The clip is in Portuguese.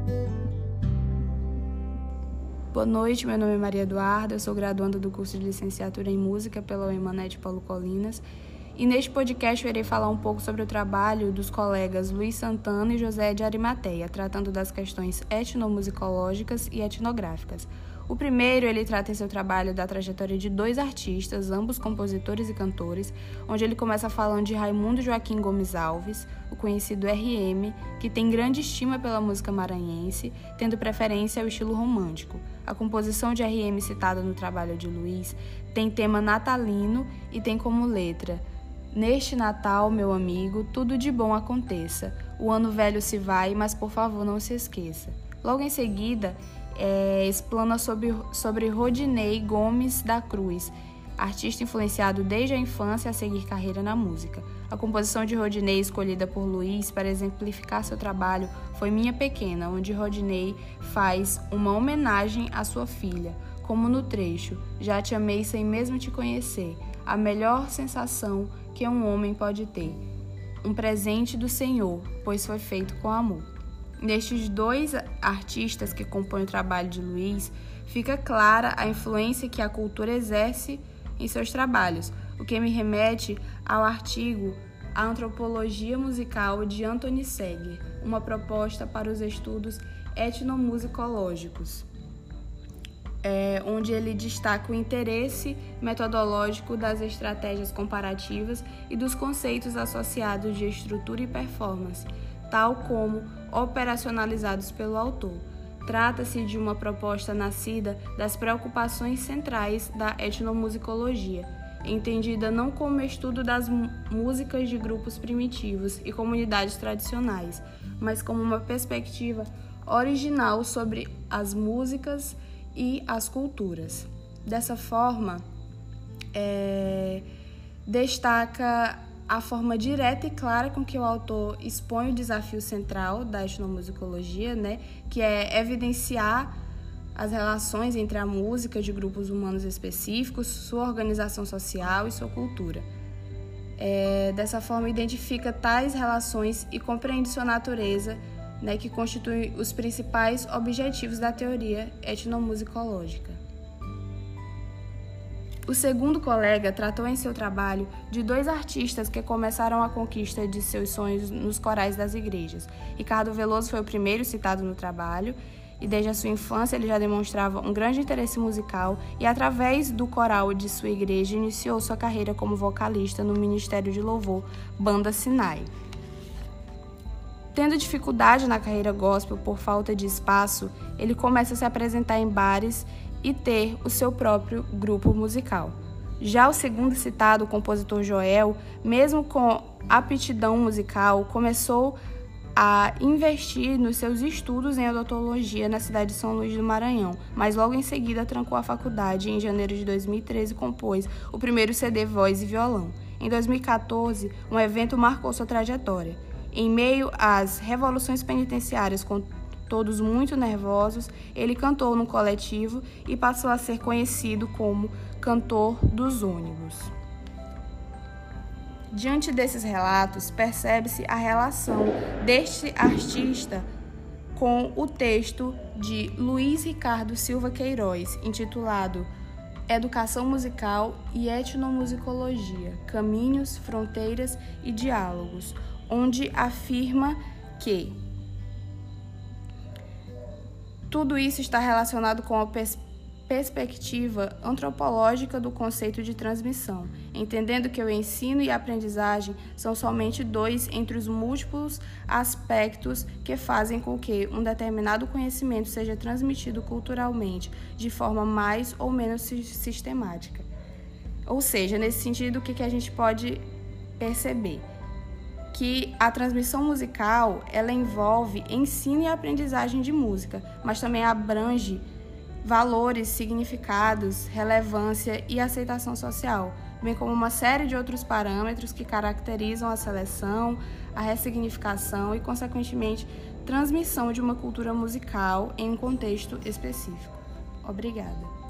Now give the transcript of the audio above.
Boa noite, meu nome é Maria Eduarda, eu sou graduanda do curso de Licenciatura em Música pela UEMANET Paulo Colinas, e neste podcast eu irei falar um pouco sobre o trabalho dos colegas Luiz Santana e José de Arimateia, tratando das questões etnomusicológicas e etnográficas. O primeiro, ele trata em seu trabalho da trajetória de dois artistas, ambos compositores e cantores, onde ele começa falando de Raimundo Joaquim Gomes Alves, o conhecido RM, que tem grande estima pela música maranhense, tendo preferência ao estilo romântico. A composição de RM citada no trabalho de Luiz tem tema natalino e tem como letra: "Neste Natal, meu amigo, tudo de bom aconteça. O ano velho se vai, mas por favor não se esqueça." Logo em seguida, explana sobre Rodinei Gomes da Cruz, artista influenciado desde a infância a seguir carreira na música. A composição de Rodinei escolhida por Luiz para exemplificar seu trabalho foi Minha Pequena, onde Rodinei faz uma homenagem à sua filha, como no trecho "Já te amei sem mesmo te conhecer, a melhor sensação que um homem pode ter, um presente do Senhor, pois foi feito com amor." Nestes dois artistas que compõem o trabalho de Luiz, fica clara a influência que a cultura exerce em seus trabalhos, o que me remete ao artigo A Antropologia Musical de Anthony Seger, uma proposta para os estudos etnomusicológicos, onde ele destaca o interesse metodológico das estratégias comparativas e dos conceitos associados de estrutura e performance, tal como operacionalizados pelo autor. Trata-se de uma proposta nascida das preocupações centrais da etnomusicologia, entendida não como estudo das músicas de grupos primitivos e comunidades tradicionais, mas como uma perspectiva original sobre as músicas e as culturas. Dessa forma, destaca a forma direta e clara com que o autor expõe o desafio central da etnomusicologia, que é evidenciar as relações entre a música de grupos humanos específicos, sua organização social e sua cultura. Dessa forma, identifica tais relações e compreende sua natureza, que constitui os principais objetivos da teoria etnomusicológica. O segundo colega tratou em seu trabalho de dois artistas que começaram a conquista de seus sonhos nos corais das igrejas. Ricardo Veloso foi o primeiro citado no trabalho, e desde a sua infância ele já demonstrava um grande interesse musical e, através do coral de sua igreja, iniciou sua carreira como vocalista no Ministério de Louvor, Banda Sinai. Tendo dificuldade na carreira gospel por falta de espaço, ele começa a se apresentar em bares e ter o seu próprio grupo musical. Já o segundo citado, o compositor Joel, mesmo com aptidão musical, começou a investir nos seus estudos em odontologia na cidade de São Luís do Maranhão, mas logo em seguida trancou a faculdade e em janeiro de 2013 compôs o primeiro CD Voz e Violão. Em 2014, um evento marcou sua trajetória. Em meio às revoluções penitenciárias, com todos muito nervosos, ele cantou no coletivo e passou a ser conhecido como Cantor dos Ônibus. Diante desses relatos, percebe-se a relação deste artista com o texto de Luiz Ricardo Silva Queiroz, intitulado Educação Musical e Etnomusicologia, Caminhos, Fronteiras e Diálogos, onde afirma que tudo isso está relacionado com a perspectiva antropológica do conceito de transmissão, entendendo que o ensino e a aprendizagem são somente dois entre os múltiplos aspectos que fazem com que um determinado conhecimento seja transmitido culturalmente de forma mais ou menos sistemática. Ou seja, nesse sentido, o que a gente pode perceber? Que a transmissão musical, ela envolve ensino e aprendizagem de música, mas também abrange valores, significados, relevância e aceitação social, bem como uma série de outros parâmetros que caracterizam a seleção, a ressignificação e, consequentemente, transmissão de uma cultura musical em um contexto específico. Obrigada.